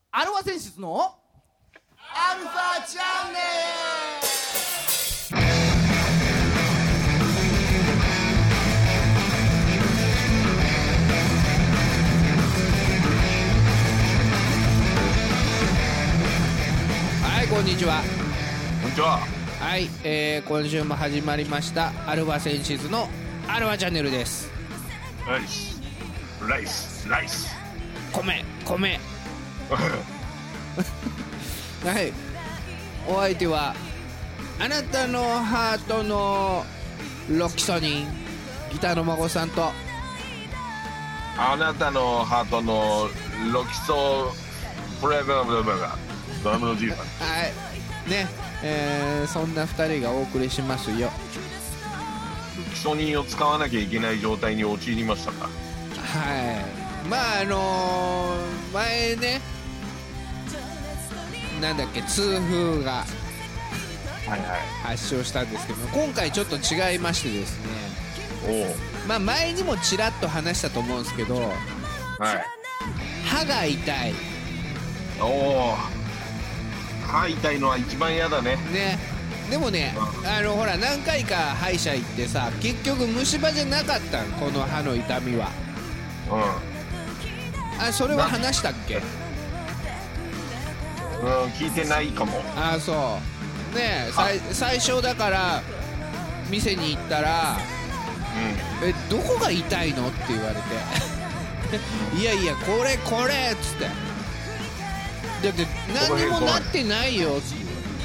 アルファ選出のアルファチャンネル。はい、こんにちは。 こんにちは。 はい、今週も始まりましたアルファセンシズのアルファチャンネルです。 ライスライスライス米はい、お相手はあなたのハートのロキソニンギターの孫さんと、 あなたのハートのロキソプレバブラドラムのじいさん。 はいね、そんな2人がお送りしますよ。 基礎人を使わなきゃいけない状態に陥りましたか。 はい、まあ前ね、なんだっけ、痛風が発症したんですけど、今回ちょっと違いましてですね、まあ前にもちらっと話したと思うんですけど、歯が痛い。 歯痛いのは一番嫌だね。 でもね、ほら何回か歯医者行ってさ、結局虫歯じゃなかったん、この歯の痛みは。それは話したっけ？ 聞いてないかも。 そうね、最初だから店に行ったら、どこが痛いのって言われていやいやこれっつって、だって何にもなってないよって。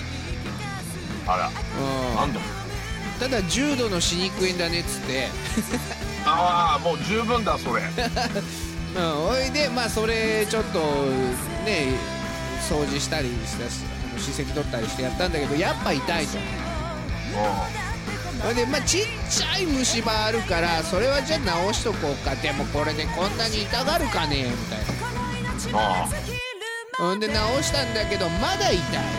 なんだただ重度の歯肉炎だねっつってもう十分だそれおいで、まあそれちょっとね掃除したりしたし、歯石取ったりしてやったんだけど、やっぱ痛いと。でまあちっちゃい虫歯あるから、それはじゃあ直しとこうか。でもこれでこんなに痛がるかねみたいな。で直したんだけどまだ痛い。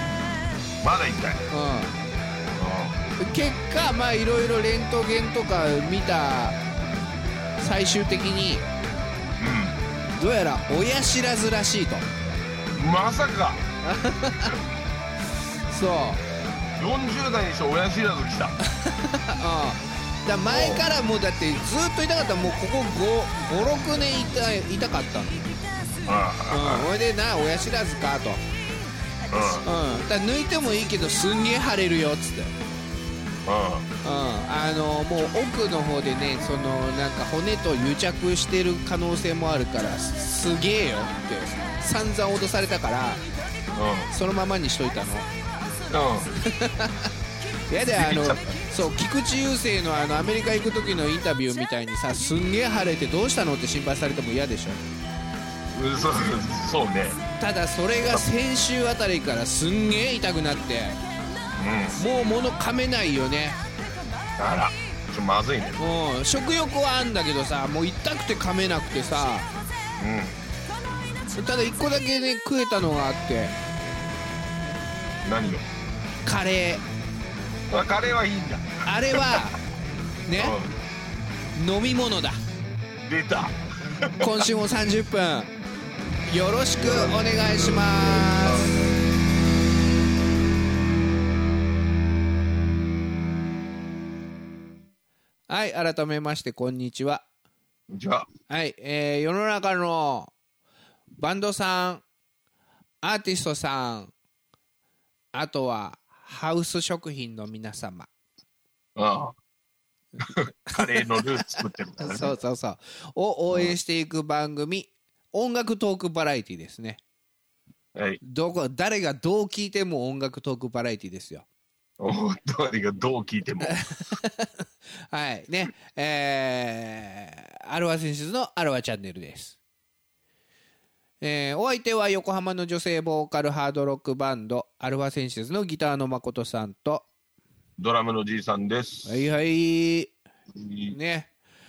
結果まあいろいろレントゲンとか見た最終的に、どうやら親知らずらしいと。 まさかそう 40代にして親知らずきただ前からもうだってずっと痛かった。もうここ5、6年痛かったの。それで親知らずかと。だ抜いてもいいけどすんげえ腫れるよっつって。もう奥の方でね、そのなんか骨と癒着してる可能性もあるから、すげえよって散々脅されたから、そのままにしといたの。やでそう、菊池雄星のアメリカ行く時のインタビューみたいにさ、すんげえ腫れてどうしたのって心配されても嫌でしょ。 そうね。 ただそれが先週あたりからすんげえ痛くなって、もう物噛めないよね。 ちょっとまずいね。 食欲はあんだけどさ、もう痛くて噛めなくてさ、ただ1個だけね食えたのがあって。 何よ。 カレー。 カレーはいいんだ。 あれはね、飲み物だ。 出た今週も30分よろしくお願いします。はい、改めましてこんにちは。はい、世の中のバンドさん、アーティストさん、あとはハウス食品の皆様、 カレーのルーツ作ってるからねそうを応援していく番組、音楽トークバラエティですね。誰がどう聞いても音楽トークバラエティですよ。 誰がどう聞いてもはいね、アルファセンシズのアルファチャンネルです。お相手は横浜の女性ボーカルハードロックバンドアルファセンシズのギターの誠さんとドラムのじいさんです。 はいね、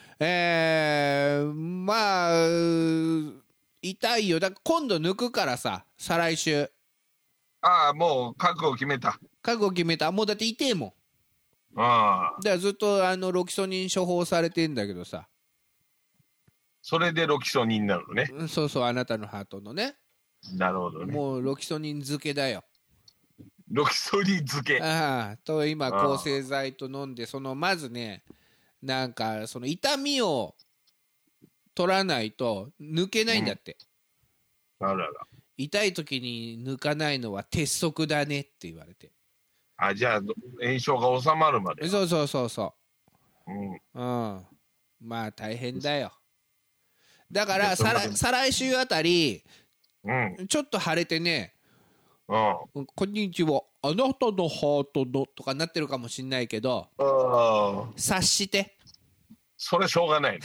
まあ痛いよ。だから今度抜くからさ、再来週。 もう覚悟決めた。 もうだって痛えもん。だからずっとロキソニン処方されてんだけどさ、 それでロキソニンなのね。 そうそう、あなたのハートのね。 なるほどね。 もうロキソニン漬けだよ。 ロキソニン漬け。 と今抗生剤と飲んで、まずね、なんかその痛みを取らないと抜けないんだって、 あらら。 痛い時に抜かないのは鉄則だねって言われて。 じゃあ炎症が収まるまで。 そう、まあ大変だよ。だから再来週あたり、ちょっと腫れてね、こんにちは、あなたのハートのとかなってるかもしんないけど、察して。 それしょうがないね。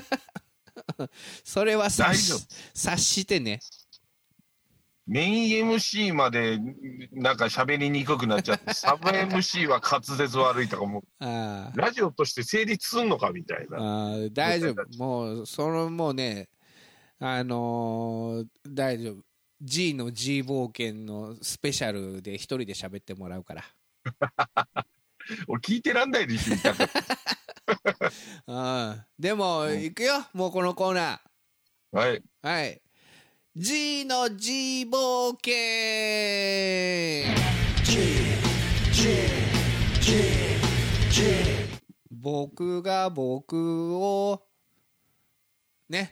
それは察してね。 メイン MC までなんか喋りにくくなっちゃって、サブ MC は滑舌悪いとかもラジオとして成立すんのかみたいな。 大丈夫。もうね、大丈夫。G の G 冒険のスペシャルで一人で喋ってもらうから。 俺聞いてらんないでしょ。 でも、行くよ、もうこのコーナー。 はい。G の G 冒険。僕が僕をね。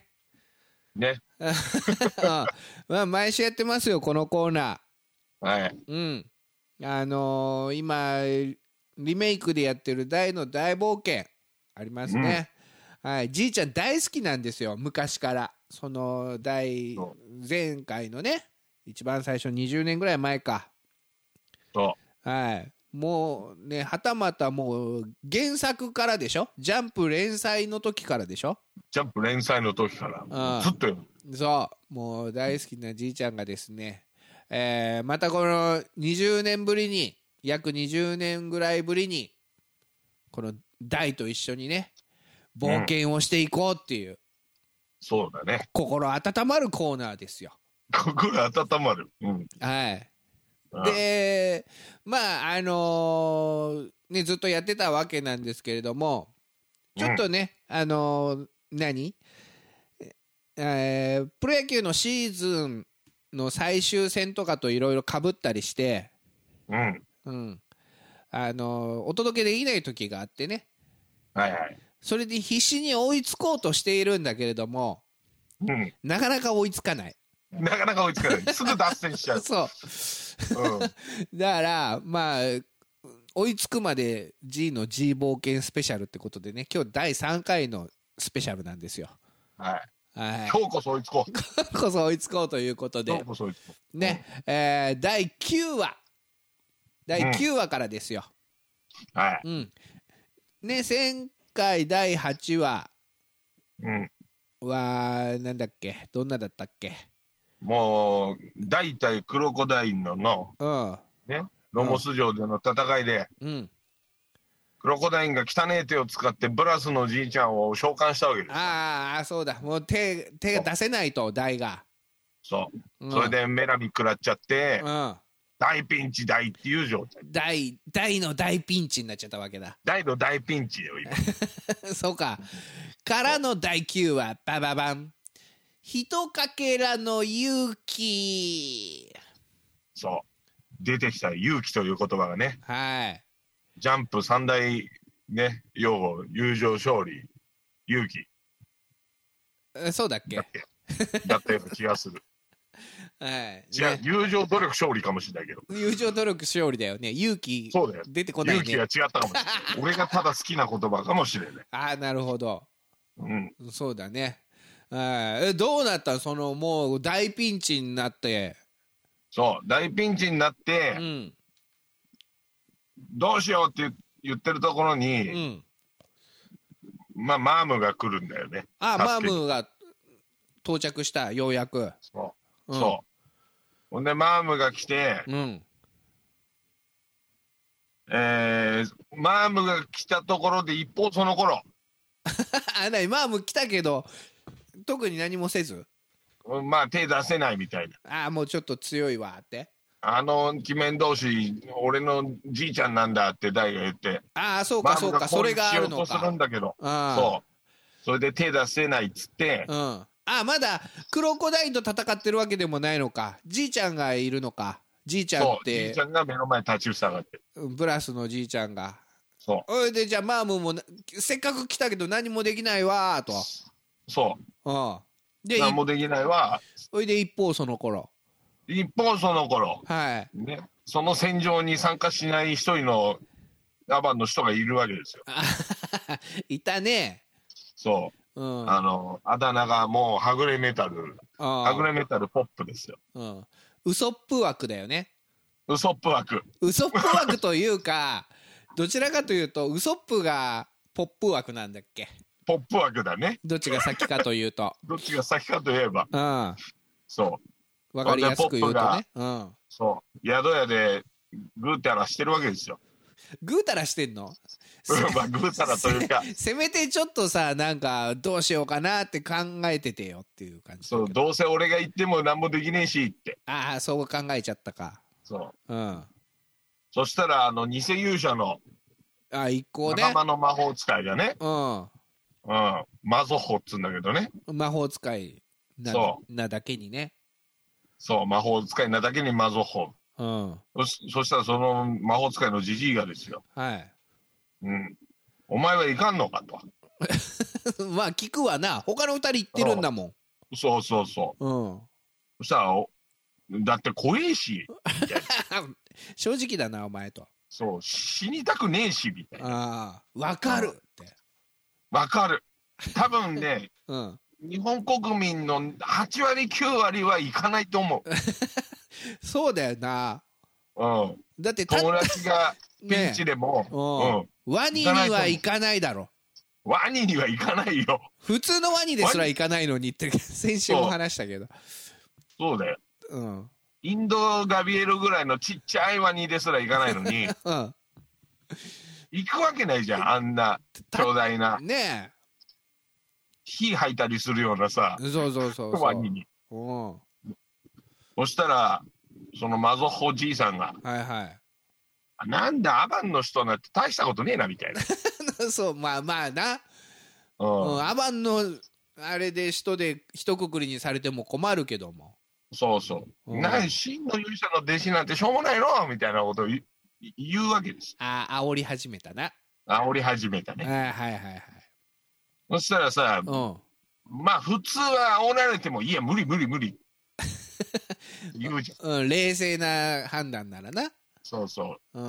まあ毎週やってますよこのコーナー。今リメイクでやってる大の大冒険ありますね。じいちゃん大好きなんですよ、昔から。その前回のね、一番最初20年ぐらい前か。もうね、はたまたもう原作からでしょ、ジャンプ連載の時からでしょ。 ジャンプ連載の時からずっとよ。 そうもう大好きなじいちゃんがですね、またこの20年ぶりに、約20年ぐらいぶりにこの大と一緒にね冒険をしていこうっていう、 そうだね、 心温まるコーナーですよ。 心温まる。 でまあずっとやってたわけなんですけれども、ちょっとね、プロ野球のシーズンの最終戦とかといろいろかぶったりして、お届けできない時があってね、それで必死に追いつこうとしているんだけれども、なかなか追いつかない。 すぐ脱線しちゃう。 だからまあ追いつくまで G の G 冒険スペシャルってことでね、今日第3回のスペシャルなんですよ。 今日こそ追いつこう。 こそ追いつこうということでね、第9話からですよ。ね、前回第8話はなんだっけ、どんなだったっけ。 もう大体クロコダインのロモス城での戦いで、クロコダインが汚え手を使ってブラスのじいちゃんを召喚したわけです。 そうだ、もう手が出せないと大が。 それでメラビ食らっちゃって、大ピンチ大っていう状態。 大の大ピンチになっちゃったわけだ。 大の大ピンチよ今。 そうか。からの第9話、バババン。ひとかけらの勇気。 出てきた勇気という言葉がね。ジャンプ三大ね用語、友情、勝利、勇気。 そうだっけ。 だったような気がする。違う、友情努力勝利かもしれないけど。 友情努力勝利だよね。勇気出てこないね。 勇気は違ったかもしれない。俺がただ好きな言葉かもしれない。 なるほど。そうだね。どうなったの、もう大ピンチになって。 大ピンチになって、どうしようって言ってるところに、マームが来るんだよね。 マームが到着した、ようやく。 ほんでマームが来て、マームが来たところで一方その頃マーム来たけど特に何もせず、 手出せないみたいな。もうちょっと強いわって。 鬼面同士俺のじいちゃんなんだって大が言って、 そうかそれがあるのか。 するんだけど、それで手出せないっつって、 あ、まだクロコダインと戦ってるわけでもないのか。じいちゃんがいるのか。じいちゃんって。 そう、じいちゃんが目の前に立ちふさがってる。 ブラスのじいちゃんが。 そう。 おいで、じゃあマームもせっかく来たけど何もできないわーと。 そう。 うん。 で、何もできないわ。 おいで、一方その頃。 はい。ね。その戦場に参加しない一人のアバンの人がいるわけですよ。 いたね。 そう。あだ名がもうはぐれメタル。はぐれメタルポップですよ。 ウソップ枠だよね。 ウソップ枠。 ウソップ枠というか、どちらかというと、ウソップがポップ枠なんだっけ。 ポップ枠だね。 どっちが先かというと。 どっちが先かといえば。そう。 わかりやすく言うとね。 そう。宿屋でぐうたらしてるわけですよ。 ぐうたらしてんの？ まあ、ぐうたらというか。 せめてちょっとさ、なんか、どうしようかなって考えててよっていう感じ。 そう、どうせ俺が言っても何もできねえしって。 ああ、そう考えちゃったか。 そう。そしたら、偽勇者の、 一行ね。 仲間の魔法使いがね。マゾホっつうんだけどね。 魔法使いなだけにね。 そう、魔法使いなだけにマゾホ。そしたらその魔法使いのジジイがですよ。 はい。 お前はいかんのかと。 まあ聞くわな。他の二人言ってるんだもん。 そう。そしたら、だって怖えし。 正直だな、お前と。 そう、死にたくねえし、みたいな。わかるって。 わかる。多分ね、日本国民の8割、9割はいかないと思う。 そうだよな。だって友達がピンチでも、 ワニにはいかないだろ。 ワニにはいかないよ。 普通のワニですらいかないのにって先週も話したけど。 そうだよ。インドガビエルぐらいのちっちゃいワニですらいかないのに、行くわけないじゃん、あんな巨大な。 ねえ。 火吐いたりするようなさ、ワニに。そしたら、そのマゾホじいさんが、なんだ、アバンの人なんて大したことねえな、みたいな。 そう、まあな。アバンの、あれで人で一括りにされても困るけども。 そう。真の勇者の弟子なんてしょうもないのみたいなことを言うわけです。 煽り始めたな。 煽り始めたね。 はい。 そしたらさ、まあ普通は煽られても、いや、無理。言うじゃん。冷静な判断ならな。 そう。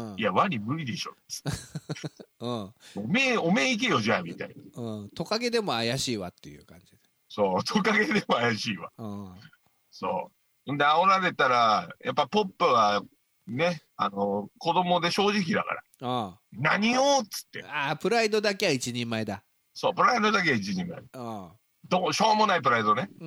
いや、ワニ無理でしょ。おめえ行けよ、じゃあ、みたいな。 トカゲでも怪しいわっていう感じで。 そう、トカゲでも怪しいわ。そう。で、煽られたら、やっぱポップは、ね、子供で正直だから。何をっつって。 プライドだけは一人前だ。 そう、プライドだけは一人前。しょうもないプライドね。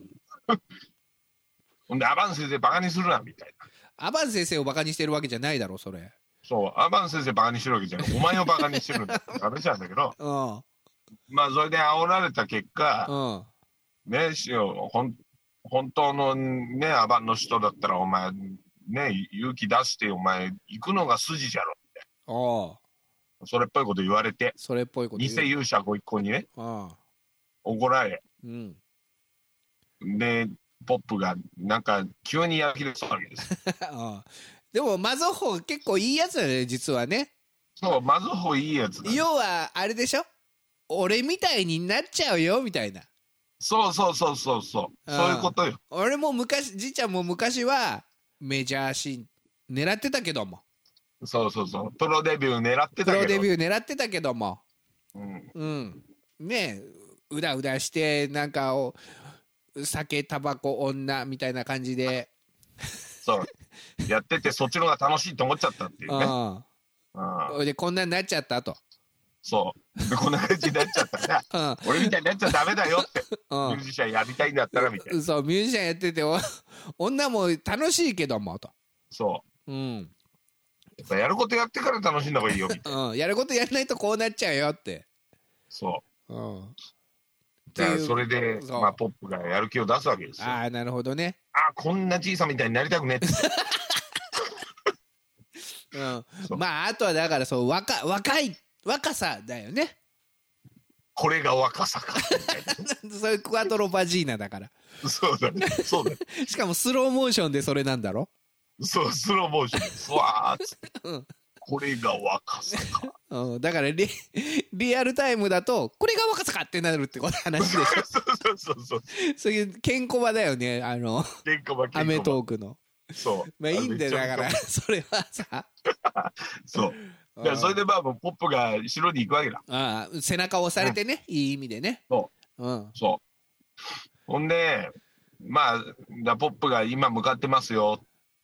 ほんで、アバン先生バカにするな、みたいな。 アバン先生をバカにしてるわけじゃないだろ、それ。 そう、アバン先生バカにしてるわけじゃない。お前をバカにしてるんだって話なんだけど。まあ、それで煽られた結果、ね、本当のね、アバンの人だったら、お前、ね、勇気出して、お前、行くのが筋じゃろって。それっぽいこと言われて。偽勇者ご一行にね。怒られ。で、ポップがなんか急にやる気出すわけです。 でもマゾホ結構いいやつだね、実はね。 そう、マゾホいいやつだ、ね。 要はあれでしょ、俺みたいになっちゃうよみたいな。 そうそういうことよ。 俺もじいちゃんも昔はメジャーシーン狙ってたけども。 そうプロデビュー狙ってたけども。ねえ、うだうだしてなんか酒タバコ女みたいな感じでそうやってて、そっちの方が楽しいと思っちゃったっていうね。 でこんなになっちゃったと。 そうでこんな感じになっちゃったら、俺みたいになっちゃダメだよって、ミュージシャンやりたいんだったらみたいな。 そう、ミュージシャンやってて女も楽しいけどもと。 やっぱやることやってから楽しんだ方がいいよみたいな。 やることやらないとこうなっちゃうよって。 だからそれで、まあ、ポップがやる気を出すわけですよ。 なるほどね。 こんなじいさんみたいになりたくねって。 まああとはだからそう若さだよね。 これが若さかそれクワトロバジーナだから。 そうだね、そうだね。 しかもスローモーションでそれなんだろ。 そう、スローモーションでふわーっつって、うん、これが若さか、 うん、だからリアルタイムだとこれが若さかってなるってこと話でしょ。 そうそういうケンコバだよね、 ケンコバアメトークの。 そう、 まあいいんだよ、だからそれはさそうだからそれでまあポップが城に行くわけだ。 ああ、背中を押されてね、うん、いい意味でね。 そう、うん、そう。ほんでまあポップが今向かってますよ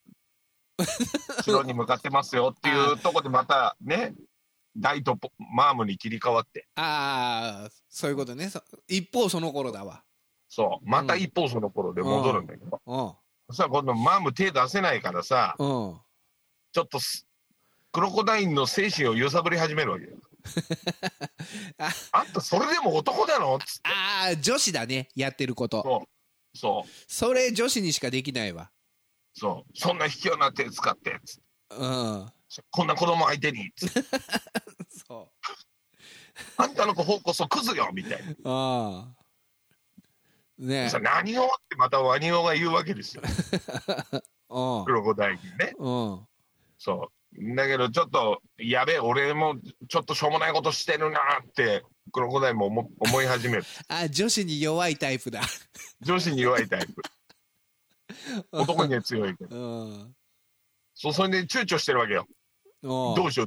城に向かってますよっていうとこでまたね、大とマームに切り替わって、 ああ、そういうことね。一方その頃だわ。 そう、また一方その頃で戻るんだけど、そしたら今度マーム手出せないからさ、ちょっとクロコダインの精神を揺さぶり始めるわけよ。あんたそれでも男なのっつって。 ああ、女子だね、やってること。 そう。 それ女子にしかできないわ。 そう、そんな卑怯な手使ってっつって、 うん、 こんな子供相手にっつってそうあんたの子こそクズよみたいな。ああねえ、何をってまたワニオが言うわけですよ。クロコダイルにね。そうだけどちょっとやべえ、俺もちょっとしょうもないことしてるなってクロコダイルも思い始める。 あ、女子に弱いタイプだ。 女子に弱いタイプ。男には強いけど、それで躊躇してるわけよ。どうしよう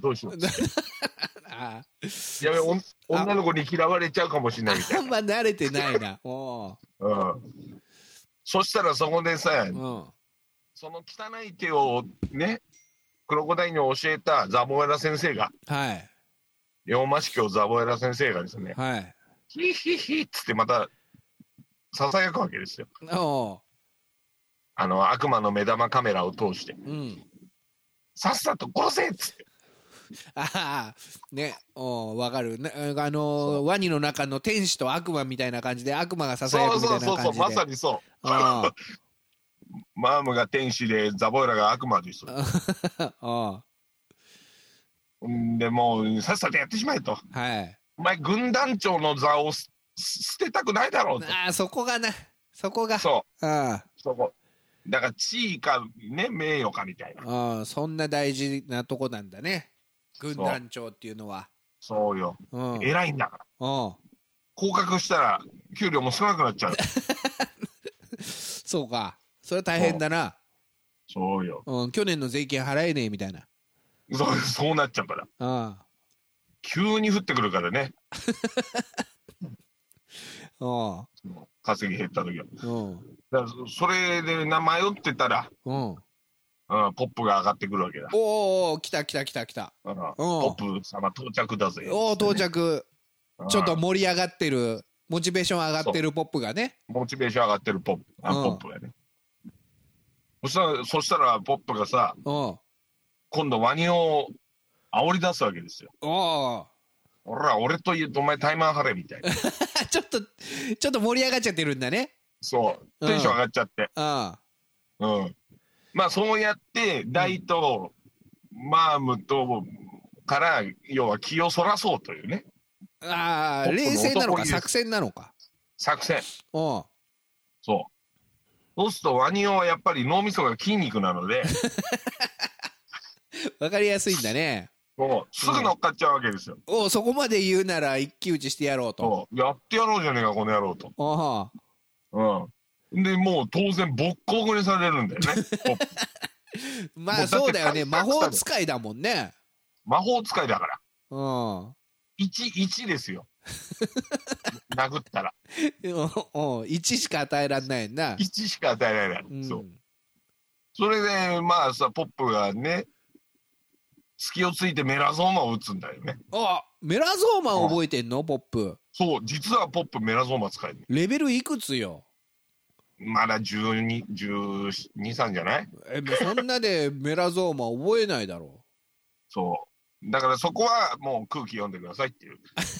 やべ、女の子に嫌われちゃうかもしれないみたいな。 あんま慣れてないな。 そしたらそこでさ、その汚い手をねクロコダイルに教えたザボエラ先生が、龍馬司教ザボエラ先生がですね、ヒヒヒっつってまたささやくわけですよ。悪魔の目玉カメラを通して、さっさと殺せっつって。 ああね、わかるね。ワニの中の天使と悪魔みたいな感じで、悪魔がささやくみたいな感じで。 そうまさにそう。マームが天使でザボエラが悪魔です。でもうさっさとやってしまえと。お前軍団長の座を捨てたくないだろうと。 そこがな、そこが。 そこだから地位かね、名誉かみたいな。 そんな大事なとこなんだね、軍団長っていうのは。 そうよ、偉いんだから。降格したら給料も少なくなっちゃう。 そうか、それ大変だな。 そうよ、 去年の税金払えねえみたいな。 そうなっちゃうから。急に降ってくるからね。稼ぎ減った時は。だからそれで迷ってたら、ポップが上がってくるわけだ。 おお、来た。ポップ様到着だぜ。 到着。ちょっと盛り上がってる、モチベーション上がってるポップがね。 モチベーション上がってるポップがね。そしたらポップがさ、今度ワニを煽り出すわけですよ。ほら、俺と言うとお前タイマン張れみたいな。 ちょっと盛り上がっちゃってるんだね。 そう、テンション上がっちゃって。まあそうやってダイとマームとから要は気をそらそうというね。 冷静なのか作戦なのか。 作戦。そうするとワニオはやっぱり脳みそが筋肉なのでわかりやすいんだね。 すぐ乗っかっちゃうわけですよ。 そこまで言うなら一騎打ちしてやろうと。 やってやろうじゃねえかこの野郎と。でもう当然ボッコボコにされるんだよね。 まあそうだよね、魔法使いだもんね。 魔法使いだから。1ですよ。殴ったら。 1しか与えられないな。 1しか与えられない。それでまあさ、ポップがね隙をついてメラゾーマを打つんだよね。 メラゾーマ覚えてんのポップ。 そう、実はポップメラゾーマ使える。 レベルいくつよ。 まだ12、3じゃない？ そんなでメラゾーマ覚えないだろう。 そうだからそこはもう空気読んでくださいっていう。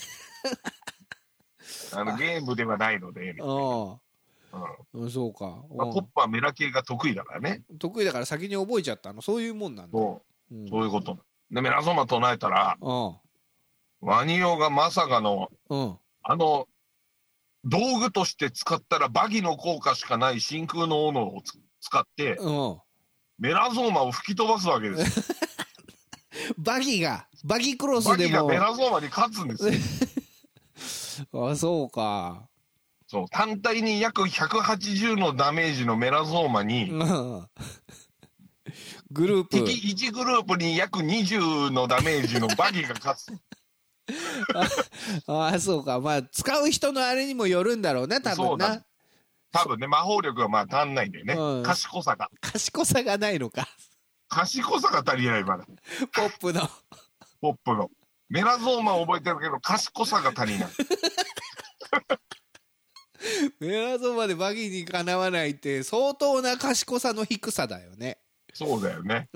ゲームではないのでみたいな。そうか。 ポップはメラ系が得意だからね。 得意だから先に覚えちゃったの。そういうもんなんだ。 そういうことでメラゾーマ唱えたらワニオがまさかの道具として使ったらバギの効果しかない真空の斧を使って、メラゾーマを吹き飛ばすわけです。 バギクロスでもバギがメラゾーマに勝つんですよ。 あ、そうか。 そう、単体に約180のダメージのメラゾーマに、 グループ敵1グループに約20のダメージのバギが勝つ。 あ、そうか。まあ使う人のあれにもよるんだろうね、多分な。 多分ね、魔法力がまあ足んないんだよね、賢さがないのか。 賢さが足りないまだ。 ポップのメラゾーマを覚えてるけど賢さが足りない。 メラゾーマでバギーにかなわないって相当な賢さの低さだよね。 そうだよね。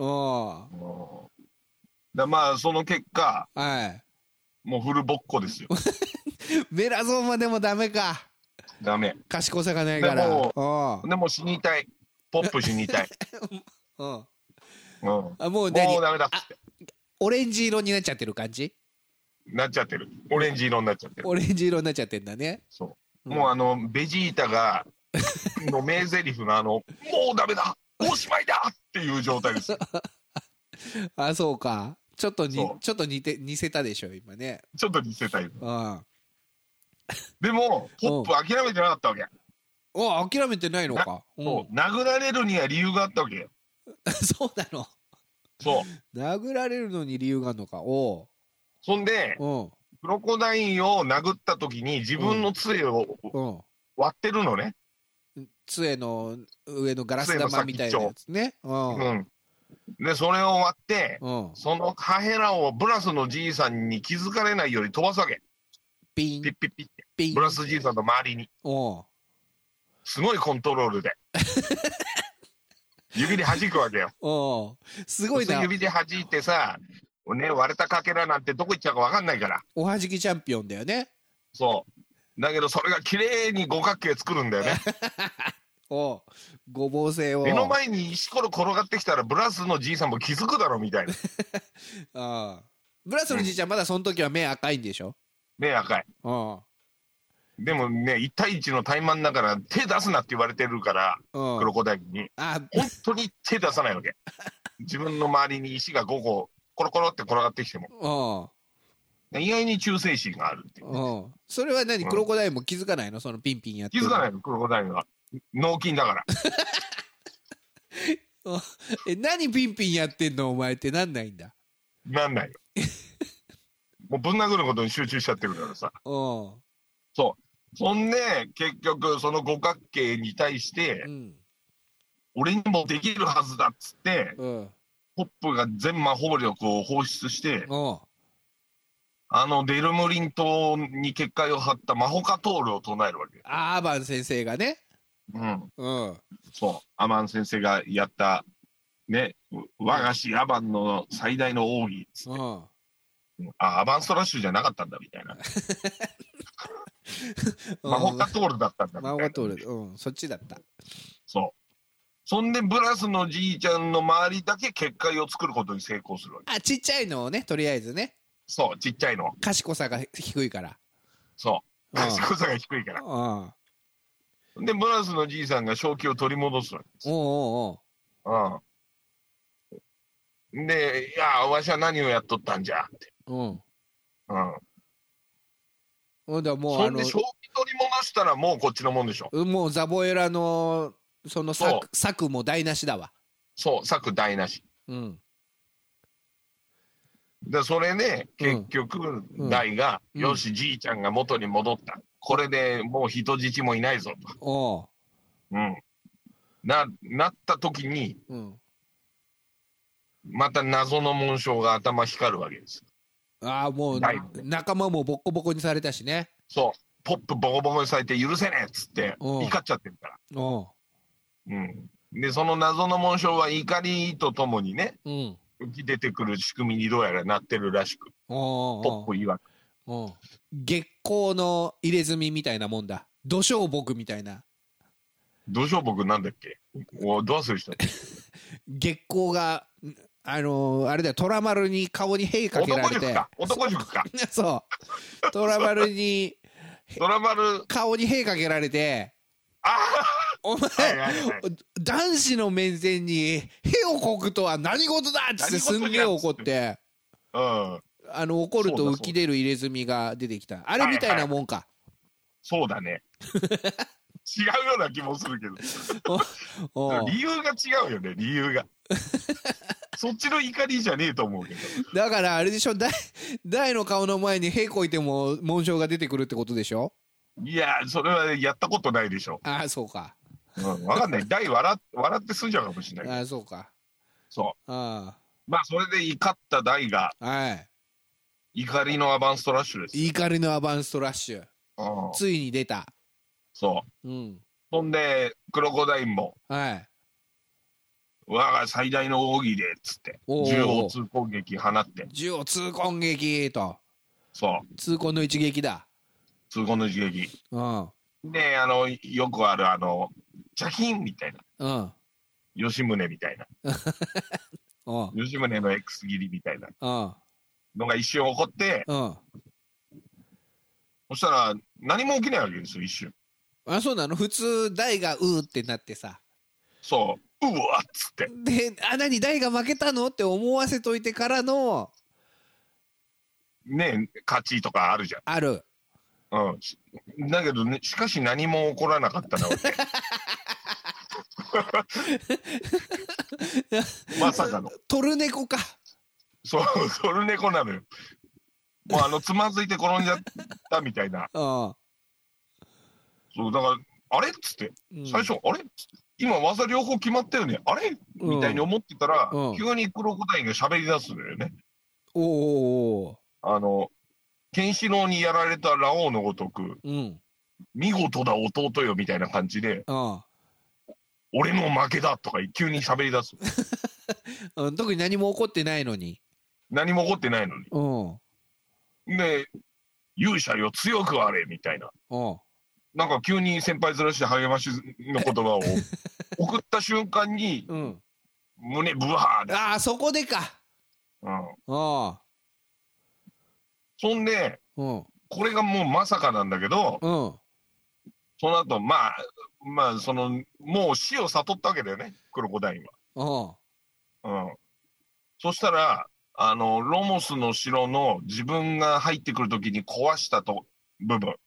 まあその結果、もうフルボッコですよ。 メラゾーマでもダメか。 ダメ。 賢さがないから。 でも死にたい。ポップ死にたい。 もうダメだっつって。 オレンジ色になっちゃってる感じ？ なっちゃってる。オレンジ色になっちゃってる。 オレンジ色になっちゃってんだね。 そう。もうベジータがの名台詞のもうダメだ、おしまいだっていう状態です。 あ、そうか。ちょっと似せたでしょ今ね。 ちょっと似せたよ。でもポップ諦めてなかったわけ。 諦めてないのか。 殴られるには理由があったわけよ。 そうなの。 そう。 殴られるのに理由があるのか。 そんでクロコダインを殴った時に自分の杖を割ってるのね。 杖の上のガラス玉みたいなやつね。 でそれを割って、その破片をブラスのじいさんに気づかれないように飛ばすわけ。 ピンピッピッピッってブラスじいさんの周りにすごいコントロールで指で弾くわけよ。 すごいな。 指で弾いてさ、ね、割れたかけらなんてどこ行っちゃうか分かんないから。 おはじきチャンピオンだよね。 そうだけどそれが綺麗に五角形作るんだよね。 ごぼう星を目の前に石ころ転がってきたらブラスのじいさんも気づくだろみたいな。ブラスのじいちゃんまだその時は目赤いんでしょ。 目赤い。でもね、1対1の怠慢だから手出すなって言われてるから、クロコダイルに本当に手出さないわけ。自分の周りに石が5個コロコロって転がってきても意外に忠誠心があるっていう。 それは何、クロコダイルも気づかないの？そのピンピンやって気づかないの、クロコダイルは脳筋だから。 何ピンピンやってんのお前ってなんないんだ。 なんないよ。もうぶん殴ることに集中しちゃってるからさ。そう。そんで結局その五角形に対して、俺にもできるはずだっつって、ポップが全魔法力を放出して、デルムリン島に結界を張ったマホカトールを唱えるわけ。 アバン先生がね。 そう。アバン先生がやったね、我が師アバンの最大の奥義っつって。アバンストラッシュじゃなかったんだみたいな。マホカトールだったんだみたいな。 マホカトール、そっちだった。 そう。そんでブラスのじいちゃんの周りだけ結界を作ることに成功するわけ。 ちっちゃいのをね、とりあえずね。 そう、ちっちゃいの。 賢さが低いから。 そう。賢さが低いから。で、ブラスのじいさんが正気を取り戻すわけです。で、いや、わしは何をやっとったんじゃって。 もうそんで正気取り戻したらもうこっちのもんでしょ。 もうザボエラのその策も台無しだわ。 そう、策台無し。でそれで結局大が、よしじいちゃんが元に戻った、これでもう人質もいないぞとなった時に、また謎の紋章が頭光るわけです。 もう仲間もボッコボコにされたしね。 そう、ポップボコボコにされて許せねえっつって怒っちゃってるから。でその謎の紋章は怒りとともにね、浮き出てくる仕組みにどうやらなってるらしく、ポップ曰く月光の入れ墨みたいなもんだ。土生木みたいな。 土生木なんだっけ、どう忘れした月光があれだよ、虎丸に顔に屁かけられて。 男塾かそう、虎丸に虎丸顔に屁かけられて、お前、男子の面前に屁をこくとは何事だっつってすんげえ怒って、怒ると浮き出る入れ墨が出てきた、あれみたいなもんか。 そうだね。違うような気もするけど理由が違うよね、理由が。そっちの怒りじゃねえと思うけど。 だからあれでしょ、大の顔の前に屁こいても紋章が出てくるってことでしょ。 いやそれはやったことないでしょ。 ああそうか、 分かんない。大笑って済んじゃうかもしれない。 ああそうか。 そうまあそれで怒った大が、怒りのアバンストラッシュです。 怒りのアバンストラッシュ、ついに出た。 そう、ほんでクロコダインも、我が最大の奥義でっつって銃を痛恨撃放って、 銃を痛恨撃と、 そう痛恨の一撃だ。 痛恨の一撃で、よくあるジャキンみたいな、吉宗みたいな吉宗の X 切りみたいなのが一瞬起こって、そしたら何も起きないわけですよ、一瞬。 あ、そうなの。普通大がうーってなってさ、 そううわっつって、 で何大が負けたのって思わせといてからのね勝ちとかあるじゃん。 ある。 だけどね、しかし何も起こらなかったなわけ。まさかのトルネコか。 そうトルネコなのよ。もうつまずいて転んじゃったみたいな。そうだからあれっつって、最初あれ今技両方決まったよね、あれみたいに思ってたら、急にクロコダインが喋り出すのよね。ケンシロウにやられたラオウのごとく、見事だ弟よみたいな感じで、俺の負けだとか急に喋り出す。 特に何も起こってないのに。 何も起こってないのに。で、勇者よ強くあれみたいな。なんか急に先輩ずらして励ましの言葉を送った瞬間に、胸ブワーで。 ああ、そこでか。 そんで、これがもうまさかなんだけど、その後まあもう死を悟ったわけだよね、クロコダインは。そしたらロモスの城の自分が入ってくるときに壊した部分、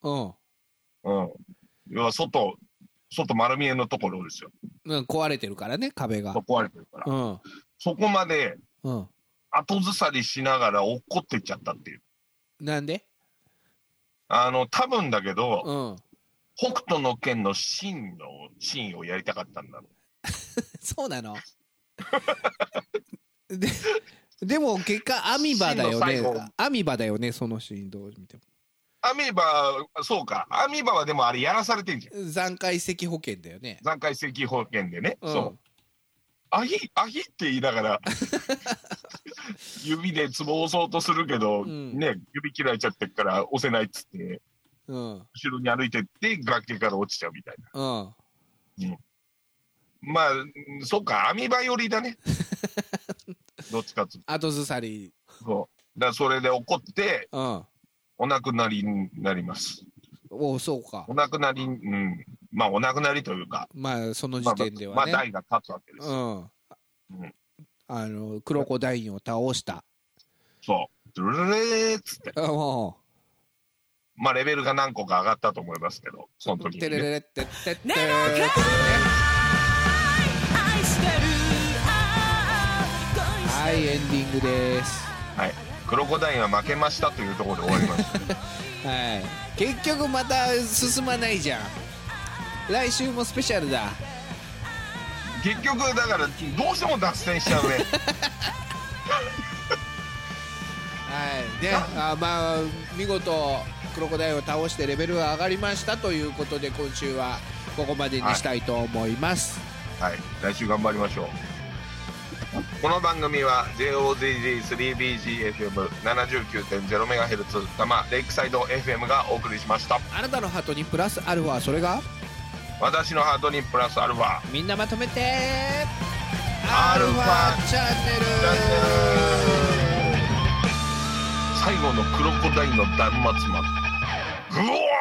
要は外丸見えのところですよ。 壊れてるからね、壁が。 壊れてるから、そこまで後ずさりしながら落っこってっちゃったっていう。 なんで？ 多分だけど、北斗の拳のシーンをやりたかったんだろう。 そうなの。でも結果アミバだよね。アミバだよね、そのシーンどう見ても。 アミバ、そうか。アミバはでもあれやらされてんじゃん。 残骸石保険だよね。 残骸石保険でね。そう。アヒって言いながら指でツボを押そうとするけど、ね、指切られちゃってっから押せないっつって、後ろに歩いてって崖から落ちちゃうみたいな。まあそっか、アミバ寄りだね。どっちかっつうと後ずさり。 そうだからそれで怒って、お亡くなりになります。 そうか。 お亡くなり、まあお亡くなりというか、 まあその時点ではね、 まあ大が勝つわけです。 クロコダインを倒した。 そうドゥルレーっつって、まあレベルが何個か上がったと思いますけど、その時にね。はい、 エンディングです。 はい、クロコダインは負けましたというところで終わりました。 はい、結局また進まないじゃん。来週もスペシャルだ。 結局だからどうしても脱線しちゃうね。 はい、で、まあ見事クロコダインを倒してレベルが上がりましたということで、今週はここまでにしたいと思います。 はい、来週頑張りましょう。この番組は JOZZ3BGFM79.0MHz 多摩レイクサイド FM がお送りしました。 あなたのハートにプラスアルファ、それが私のハートにプラスアルファ、 みんなまとめてアルファチャンネル。 最後のクロコダインの断末魔、 ぐわ